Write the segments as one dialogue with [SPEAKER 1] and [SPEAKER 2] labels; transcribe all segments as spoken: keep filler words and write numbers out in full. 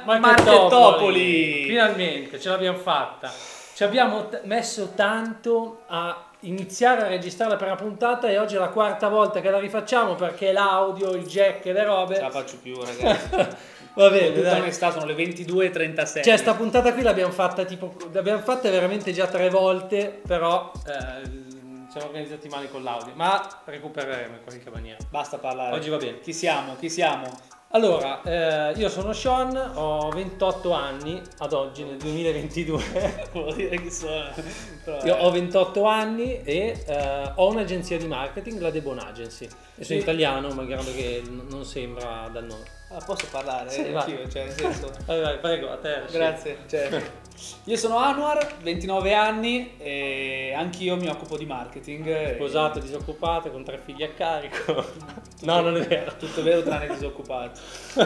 [SPEAKER 1] Marchettopoli.
[SPEAKER 2] Finalmente ce l'abbiamo fatta. Ci abbiamo t- messo tanto a iniziare a registrare la prima puntata e oggi è la quarta volta che la rifacciamo perché l'audio, il jack e le robe.
[SPEAKER 1] Ce la faccio più, ragazzi.
[SPEAKER 2] Va bene,
[SPEAKER 1] tutta
[SPEAKER 2] dai.
[SPEAKER 1] onestà sono le ventidue e trentasei.
[SPEAKER 2] Cioè sta puntata qui l'abbiamo fatta tipo l'abbiamo fatta veramente già tre volte, però eh, ci siamo organizzati male con l'audio, ma recupereremo in qualche maniera.
[SPEAKER 1] Basta parlare.
[SPEAKER 2] Oggi va bene.
[SPEAKER 1] Chi siamo? Chi siamo?
[SPEAKER 2] Allora, eh, io sono Sean, ho ventotto anni ad oggi nel duemilaventidue.
[SPEAKER 1] Vuol dire chi sono. Però,
[SPEAKER 2] Io
[SPEAKER 1] eh.
[SPEAKER 2] ho ventotto anni e eh, ho un'agenzia di marketing, la The Bon Agency. E sono
[SPEAKER 1] Sì.
[SPEAKER 2] italiano, malgrado che n- non sembra dal nome.
[SPEAKER 1] Ah, posso parlare?
[SPEAKER 2] Sì,
[SPEAKER 1] eh,
[SPEAKER 2] vai.
[SPEAKER 1] anch'io, cioè, nel senso.
[SPEAKER 2] Vai, vai, prego, a te.
[SPEAKER 1] Grazie. Cioè, io sono Anwar, ventinove anni e anch'io mi occupo di marketing.
[SPEAKER 2] Sposato, disoccupato, con tre figli a carico. No, non è vero.
[SPEAKER 1] Tutto vero tranne disoccupato.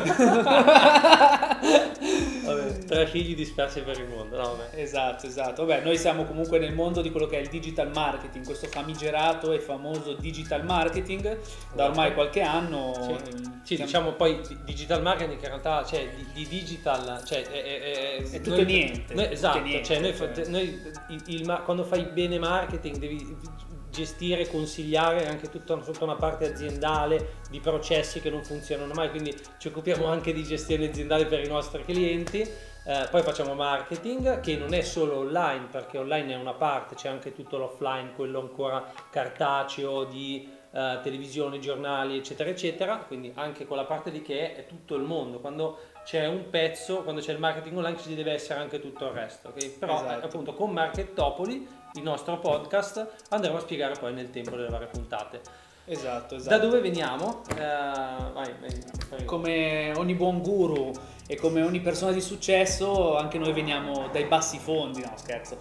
[SPEAKER 2] Vabbè, tre figli dispersi per il mondo. No, vabbè.
[SPEAKER 1] Esatto, esatto. Vabbè, noi siamo comunque nel mondo di quello che è il digital marketing, questo famigerato e famoso digital marketing da ormai qualche anno.
[SPEAKER 2] Sì,
[SPEAKER 1] ehm,
[SPEAKER 2] sì,
[SPEAKER 1] siamo-
[SPEAKER 2] diciamo poi di- digital marketing che in realtà cioè di, di digital cioè è, è- è-
[SPEAKER 1] È tutto
[SPEAKER 2] noi-
[SPEAKER 1] niente,
[SPEAKER 2] noi-
[SPEAKER 1] tutto
[SPEAKER 2] esatto,
[SPEAKER 1] niente,
[SPEAKER 2] cioè noi,
[SPEAKER 1] cioè.
[SPEAKER 2] noi il, il ma- quando fai bene marketing devi gestire, consigliare anche tutta sotto una parte aziendale di processi che non funzionano mai, quindi ci occupiamo anche di gestione aziendale per i nostri clienti. Eh, poi facciamo marketing che non è solo online, perché online è una parte, c'è anche tutto l'offline, quello ancora cartaceo di eh, televisione, giornali eccetera eccetera, quindi anche quella parte lì che è, è tutto il mondo. Quando c'è un pezzo, quando c'è il marketing online ci deve essere anche tutto il resto, ok? Però
[SPEAKER 1] Esatto.
[SPEAKER 2] eh, appunto con Marchettopoli, il nostro podcast, andremo a spiegare poi nel tempo delle varie puntate.
[SPEAKER 1] Esatto, esatto.
[SPEAKER 2] Da dove veniamo? Eh, vai, vai, prego.
[SPEAKER 1] Come ogni buon guru e come ogni persona di successo, anche noi veniamo dai bassi fondi, no scherzo.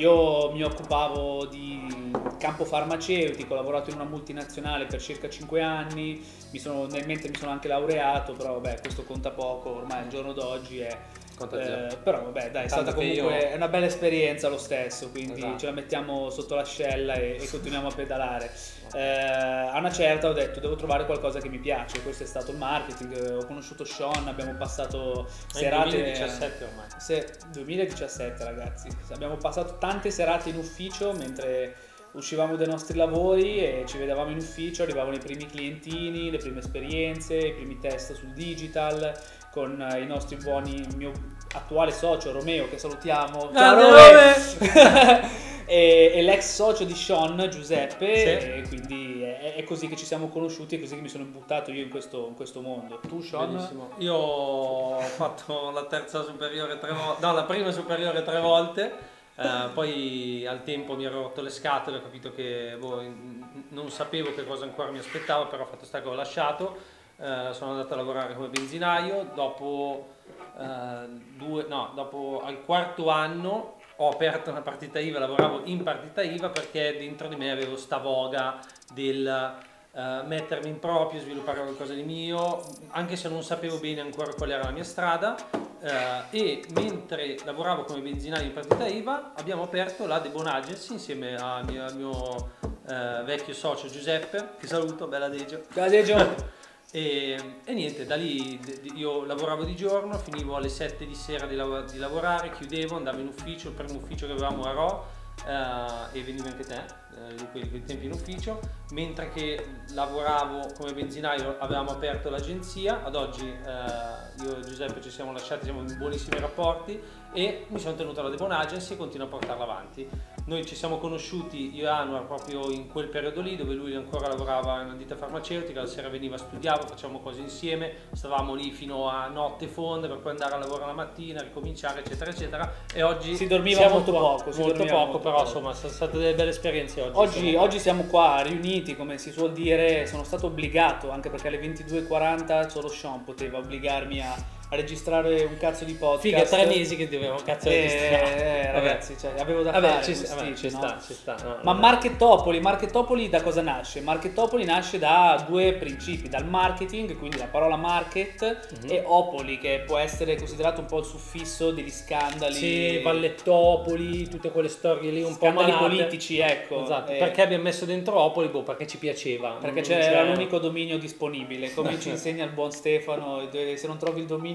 [SPEAKER 1] Io mi occupavo di campo farmaceutico, ho lavorato in una multinazionale per circa cinque anni, mi sono, nel mentre mi sono anche laureato, però vabbè questo conta poco, ormai al giorno d'oggi è...
[SPEAKER 2] Conta
[SPEAKER 1] Eh,
[SPEAKER 2] zero.
[SPEAKER 1] però vabbè dai, è
[SPEAKER 2] Tanto
[SPEAKER 1] stata
[SPEAKER 2] che
[SPEAKER 1] comunque
[SPEAKER 2] io-
[SPEAKER 1] è una bella esperienza lo stesso, quindi
[SPEAKER 2] Esatto.
[SPEAKER 1] ce la mettiamo sotto l'ascella e, e continuiamo a pedalare. Eh, a una certa ho detto devo trovare qualcosa che mi piace, questo è stato il marketing, eh, ho conosciuto Sean, abbiamo passato
[SPEAKER 2] È il
[SPEAKER 1] serate...
[SPEAKER 2] duemiladiciassette ormai.
[SPEAKER 1] Se, duemiladiciassette ragazzi, abbiamo passato tante serate in ufficio mentre uscivamo dai nostri lavori e ci vedevamo in ufficio, arrivavano i primi clientini, le prime esperienze, i primi test sul digital con eh, i nostri buoni, il mio attuale socio Romeo che salutiamo, ciao
[SPEAKER 2] Grande
[SPEAKER 1] Romeo! e, e l'ex socio di Sean Giuseppe,
[SPEAKER 2] Sì.
[SPEAKER 1] e quindi è, è così che ci siamo conosciuti, è così che mi sono imbuttato io in questo, in questo mondo. Tu Sean?
[SPEAKER 2] Benissimo. Io ho fatto la terza superiore tre volte, no, la prima superiore tre volte. Eh, poi al tempo mi ero rotto le scatole, ho capito che boh, n- non sapevo che cosa ancora mi aspettava, però ho fatto sta che ho lasciato. Eh, sono andato a lavorare come benzinaio. Dopo, eh, due, no, dopo al quarto anno ho aperto una partita I V A, lavoravo in partita I V A perché dentro di me avevo sta voga del eh, mettermi in proprio, sviluppare qualcosa di mio, anche se non sapevo bene ancora qual era la mia strada. Eh, e mentre lavoravo come benzinaio in partita I V A abbiamo aperto la The Bon Agency insieme al mio, al mio eh, vecchio socio Giuseppe, che saluto, bella Deggio.
[SPEAKER 1] Ciao Deggio.
[SPEAKER 2] E, e niente, da lì d- d- io lavoravo di giorno, finivo alle sette di sera di, lav- di lavorare, chiudevo, andavo in ufficio, il primo ufficio che avevamo a Rho, eh, e venivi anche te, eh, di quei, quei tempi in ufficio, mentre che lavoravo come benzinaio avevamo aperto l'agenzia. Ad oggi eh, io e Giuseppe ci siamo lasciati, siamo in buonissimi rapporti e mi sono tenuto alla The Bon Agency e continuo a portarla avanti. Noi ci siamo conosciuti, io e Anwar, proprio in quel periodo lì dove lui ancora lavorava in una ditta farmaceutica, la sera veniva, studiava, facciamo cose insieme, stavamo lì fino a notte fonda per poi andare a lavoro la mattina, ricominciare eccetera eccetera, e oggi
[SPEAKER 1] Si dormiva
[SPEAKER 2] siamo
[SPEAKER 1] molto
[SPEAKER 2] qua-
[SPEAKER 1] poco, si
[SPEAKER 2] molto
[SPEAKER 1] dormiva
[SPEAKER 2] poco,
[SPEAKER 1] molto
[SPEAKER 2] però
[SPEAKER 1] poco.
[SPEAKER 2] insomma sono state delle belle esperienze oggi.
[SPEAKER 1] Oggi,
[SPEAKER 2] insomma.
[SPEAKER 1] oggi siamo qua riuniti, come si suol dire, sono stato obbligato, anche perché alle ventidue e quaranta solo Sean poteva obbligarmi a, a registrare un cazzo di podcast.
[SPEAKER 2] Figa, tre mesi che dovevamo cazzo
[SPEAKER 1] Eh,
[SPEAKER 2] registrare.
[SPEAKER 1] eh, ragazzi, cioè, avevo da
[SPEAKER 2] Vabbè,
[SPEAKER 1] fare.
[SPEAKER 2] ci,
[SPEAKER 1] come
[SPEAKER 2] vabbè,
[SPEAKER 1] si
[SPEAKER 2] ci
[SPEAKER 1] dice, no?
[SPEAKER 2] sta, ci sta. No,
[SPEAKER 1] Ma
[SPEAKER 2] no.
[SPEAKER 1] Marchettopoli, Marchettopoli da cosa nasce? Marchettopoli nasce da due principi, dal marketing, quindi la parola market,
[SPEAKER 2] Mhm.
[SPEAKER 1] e opoli, che può essere considerato un po' il suffisso degli scandali.
[SPEAKER 2] Sì, Vallettopoli, tutte quelle storie lì un
[SPEAKER 1] scandali
[SPEAKER 2] po' malate.
[SPEAKER 1] politici, ecco.
[SPEAKER 2] Esatto,
[SPEAKER 1] Eh,
[SPEAKER 2] perché abbiamo messo dentro Opoli? Boh, perché ci piaceva.
[SPEAKER 1] Perché
[SPEAKER 2] Non
[SPEAKER 1] c'era l'unico dominio disponibile, come ci insegna il buon Stefano, se non trovi il dominio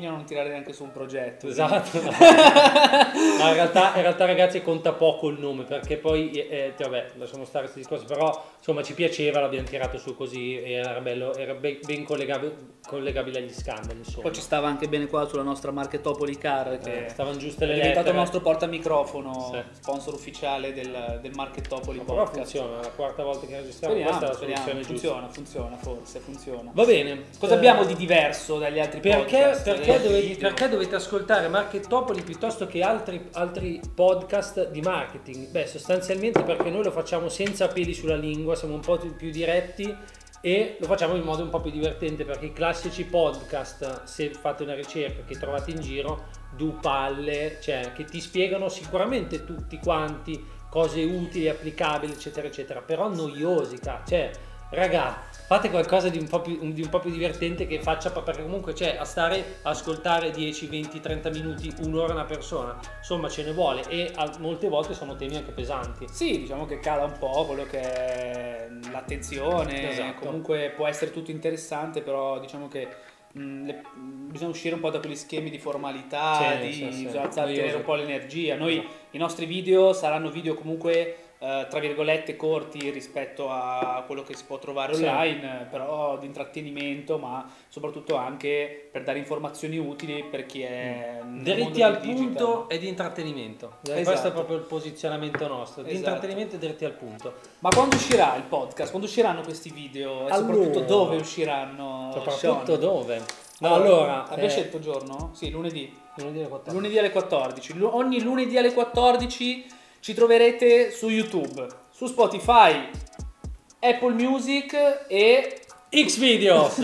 [SPEAKER 1] Flaminio non tirare neanche su un progetto.
[SPEAKER 2] Esatto. No, in, realtà, in realtà ragazzi conta poco il nome, perché poi eh, vabbè, lasciamo stare questi discorsi, però insomma ci piaceva, l'abbiamo tirato su così e era bello, era ben, ben collegabile, collegabile agli scandali, insomma.
[SPEAKER 1] Poi ci stava anche bene qua sulla nostra Marketopoli Car, che
[SPEAKER 2] eh, stavano giuste le
[SPEAKER 1] è diventato
[SPEAKER 2] lettere.
[SPEAKER 1] il nostro portamicrofono,
[SPEAKER 2] sì.
[SPEAKER 1] sponsor ufficiale del, del Marketopoli
[SPEAKER 2] Ma
[SPEAKER 1] podcast.
[SPEAKER 2] però funziona, è la quarta volta che registriamo,
[SPEAKER 1] Speriamo,
[SPEAKER 2] questa è la
[SPEAKER 1] speriamo.
[SPEAKER 2] soluzione
[SPEAKER 1] Funziona,
[SPEAKER 2] giusta.
[SPEAKER 1] funziona, forse funziona.
[SPEAKER 2] Va bene.
[SPEAKER 1] Cosa
[SPEAKER 2] eh,
[SPEAKER 1] abbiamo di diverso dagli altri
[SPEAKER 2] perché,
[SPEAKER 1] podcast?
[SPEAKER 2] perché,
[SPEAKER 1] dagli altri
[SPEAKER 2] dovete,
[SPEAKER 1] video?
[SPEAKER 2] perché dovete ascoltare Marketopoli piuttosto che altri, altri podcast di marketing? Beh, sostanzialmente perché noi lo facciamo senza peli sulla lingua, siamo un po' più diretti e lo facciamo in modo un po' più divertente, perché i classici podcast, se fate una ricerca che trovate in giro, du palle, cioè che ti spiegano sicuramente tutti quanti cose utili, applicabili, eccetera, eccetera, però noiosi, cioè, raga, fate qualcosa di un po' più, di un po' più divertente che faccia, perché comunque c'è a stare a ascoltare dieci, venti, trenta minuti, un'ora una persona, insomma ce ne vuole, e a, molte volte sono temi anche pesanti.
[SPEAKER 1] Sì, diciamo che cala un po' quello che è l'attenzione,
[SPEAKER 2] Esatto.
[SPEAKER 1] Comunque può essere tutto interessante, però diciamo che mh, le, bisogna uscire un po' da quegli schemi di formalità,
[SPEAKER 2] Sì,
[SPEAKER 1] di
[SPEAKER 2] sì, sì.
[SPEAKER 1] bisogna alzare-
[SPEAKER 2] Noioso.
[SPEAKER 1] tenere un po' l'energia. Noi i nostri video saranno video comunque eh, tra virgolette corti rispetto a quello che si può trovare
[SPEAKER 2] Sì.
[SPEAKER 1] online, però di intrattenimento, ma soprattutto anche per dare informazioni utili per chi è nel mondo
[SPEAKER 2] Dritti
[SPEAKER 1] del
[SPEAKER 2] al
[SPEAKER 1] digital.
[SPEAKER 2] punto e di intrattenimento.
[SPEAKER 1] Esatto.
[SPEAKER 2] Questo è proprio il posizionamento nostro, di
[SPEAKER 1] Esatto.
[SPEAKER 2] intrattenimento e dritti al punto.
[SPEAKER 1] Ma quando uscirà il podcast? Quando usciranno questi video? E
[SPEAKER 2] Allora,
[SPEAKER 1] soprattutto dove usciranno?
[SPEAKER 2] Soprattutto
[SPEAKER 1] Sean?
[SPEAKER 2] dove? No, allora,
[SPEAKER 1] abbiamo
[SPEAKER 2] eh,
[SPEAKER 1] scelto il giorno? Sì, lunedì.
[SPEAKER 2] lunedì alle quattordici.
[SPEAKER 1] Lunedì alle quattordici. Lu- ogni lunedì alle quattordici ci troverete su YouTube, su Spotify, Apple Music e...
[SPEAKER 2] Xvideos.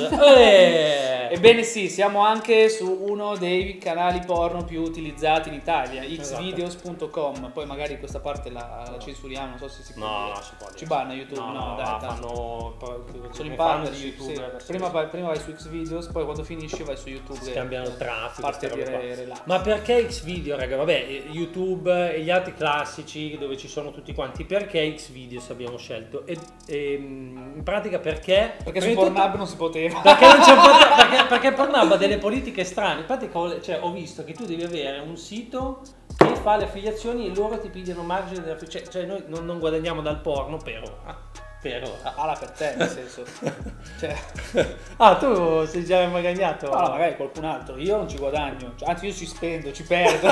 [SPEAKER 2] eh.
[SPEAKER 1] Ebbene sì, siamo anche su uno dei canali porno più utilizzati in Italia,
[SPEAKER 2] Esatto.
[SPEAKER 1] xvideos punto com. Poi magari questa parte la, la censuriamo, non so se si può
[SPEAKER 2] No,
[SPEAKER 1] dire.
[SPEAKER 2] no, si può dire.
[SPEAKER 1] Ci banna YouTube?
[SPEAKER 2] No,
[SPEAKER 1] No,
[SPEAKER 2] no,
[SPEAKER 1] dai,
[SPEAKER 2] va,
[SPEAKER 1] dai.
[SPEAKER 2] fanno
[SPEAKER 1] Sono in
[SPEAKER 2] ne
[SPEAKER 1] parte
[SPEAKER 2] fanno
[SPEAKER 1] di
[SPEAKER 2] di
[SPEAKER 1] YouTube.
[SPEAKER 2] YouTube.
[SPEAKER 1] Sì.
[SPEAKER 2] adesso
[SPEAKER 1] Prima, vai, prima vai su Xvideos, poi quando finisci vai su YouTube.
[SPEAKER 2] scambiano
[SPEAKER 1] e-
[SPEAKER 2] il traffico,
[SPEAKER 1] parte
[SPEAKER 2] queste
[SPEAKER 1] di
[SPEAKER 2] robe
[SPEAKER 1] re-
[SPEAKER 2] qua.
[SPEAKER 1] relax.
[SPEAKER 2] Ma perché Xvideo, raga? Vabbè, YouTube e gli altri classici dove ci sono tutti quanti, perché Xvideos abbiamo scelto? E, e, in pratica perché?
[SPEAKER 1] Perché
[SPEAKER 2] prima
[SPEAKER 1] su
[SPEAKER 2] di tutto-
[SPEAKER 1] Pornhub non si poteva.
[SPEAKER 2] Perché non c'è un po' di- perché, perché Pornhub ha delle politiche strane. In pratica ho- cioè, ho visto che tu devi avere un sito che fa le affiliazioni e loro ti pigliano margine della, cioè, cioè noi non, non guadagniamo dal porno per ora. Per ora.
[SPEAKER 1] Ala per te, nel senso. Cioè,
[SPEAKER 2] Ah, tu sei già magagnato?
[SPEAKER 1] no, no, magari qualcun altro. Io non ci guadagno. Cioè, anzi, io ci spendo, ci perdo.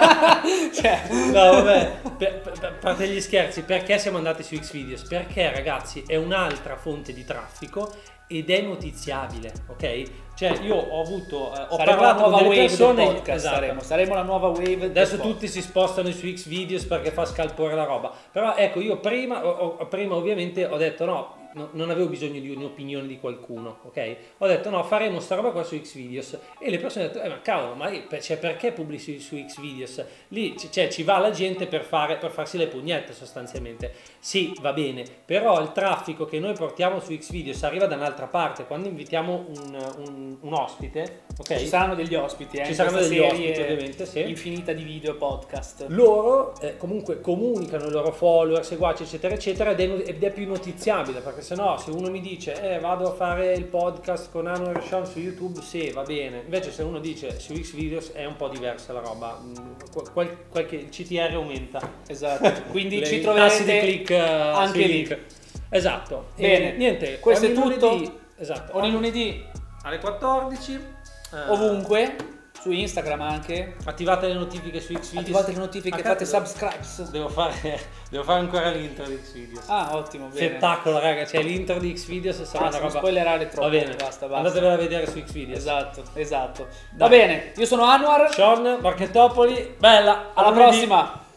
[SPEAKER 1] Cioè,
[SPEAKER 2] No, vabbè, per, per, per parte gli scherzi, perché siamo andati su Xvideos? Perché, ragazzi, è un'altra fonte di traffico ed è notiziabile, ok? Cioè, io ho avuto, eh, ho
[SPEAKER 1] saremo la
[SPEAKER 2] parlato
[SPEAKER 1] nuova
[SPEAKER 2] con delle
[SPEAKER 1] wave
[SPEAKER 2] persone,
[SPEAKER 1] del podcast.
[SPEAKER 2] esatto.
[SPEAKER 1] Saremo, saremo la nuova wave del
[SPEAKER 2] Adesso
[SPEAKER 1] podcast.
[SPEAKER 2] tutti si spostano su Xvideos perché fa scalpore la roba. Però ecco, io prima, ho- ho- prima ovviamente ho detto no, no, non avevo bisogno di un'opinione di qualcuno, ok? Ho detto no, faremo sta roba qua su Xvideos. E le persone hanno detto, eh ma cavolo, ma io- cioè, perché pubblici su Xvideos? Lì c- cioè, ci va la gente per, fare, per farsi le pugnette sostanzialmente. Sì, va bene, però il traffico che noi portiamo su Xvideos arriva da un'altra parte. Quando invitiamo un, un- un ospite, ok?
[SPEAKER 1] Ci saranno degli ospiti, eh,
[SPEAKER 2] Ci
[SPEAKER 1] in
[SPEAKER 2] saranno
[SPEAKER 1] questa
[SPEAKER 2] degli
[SPEAKER 1] serie
[SPEAKER 2] ospiti, ovviamente, sì.
[SPEAKER 1] infinita di video podcast.
[SPEAKER 2] Loro eh, comunque comunicano i loro follower, seguaci eccetera eccetera ed è, ed è più notiziabile, perché se no se uno mi dice eh vado a fare il podcast con Anwar e Sean su YouTube, sì va bene, invece se uno dice su Xvideos è un po' diversa la roba. Mm, qual- qualche il C T R aumenta,
[SPEAKER 1] Esatto. Quindi
[SPEAKER 2] Le-
[SPEAKER 1] ci
[SPEAKER 2] i tassi di
[SPEAKER 1] troverete
[SPEAKER 2] click eh,
[SPEAKER 1] anche
[SPEAKER 2] sui
[SPEAKER 1] lì.
[SPEAKER 2] link. Esatto.
[SPEAKER 1] Bene,
[SPEAKER 2] E niente,
[SPEAKER 1] questo
[SPEAKER 2] ogni
[SPEAKER 1] è tutto.
[SPEAKER 2] lunedì- esatto,
[SPEAKER 1] Ogni lunedì
[SPEAKER 2] alle quattordici eh,
[SPEAKER 1] ovunque, su Instagram anche.
[SPEAKER 2] attivate le notifiche su Xvideos.
[SPEAKER 1] Attivate le notifiche,
[SPEAKER 2] Ah,
[SPEAKER 1] fate
[SPEAKER 2] cazzo,
[SPEAKER 1] subscribes.
[SPEAKER 2] Devo fare, devo fare ancora l'intro di Xvideos.
[SPEAKER 1] Ah, ottimo, bene.
[SPEAKER 2] Spettacolo, raga, cioè l'intro di Xvideos sarà
[SPEAKER 1] Basta,
[SPEAKER 2] una
[SPEAKER 1] non
[SPEAKER 2] roba.
[SPEAKER 1] spoilerare troppo.
[SPEAKER 2] Va bene,
[SPEAKER 1] Basta, basta.
[SPEAKER 2] andatevela a vedere su Xvideos.
[SPEAKER 1] Esatto, esatto.
[SPEAKER 2] Dai.
[SPEAKER 1] Va bene, io sono Anwar.
[SPEAKER 2] Sean, Marchettopoli, bella.
[SPEAKER 1] Alla
[SPEAKER 2] lunedì.
[SPEAKER 1] prossima.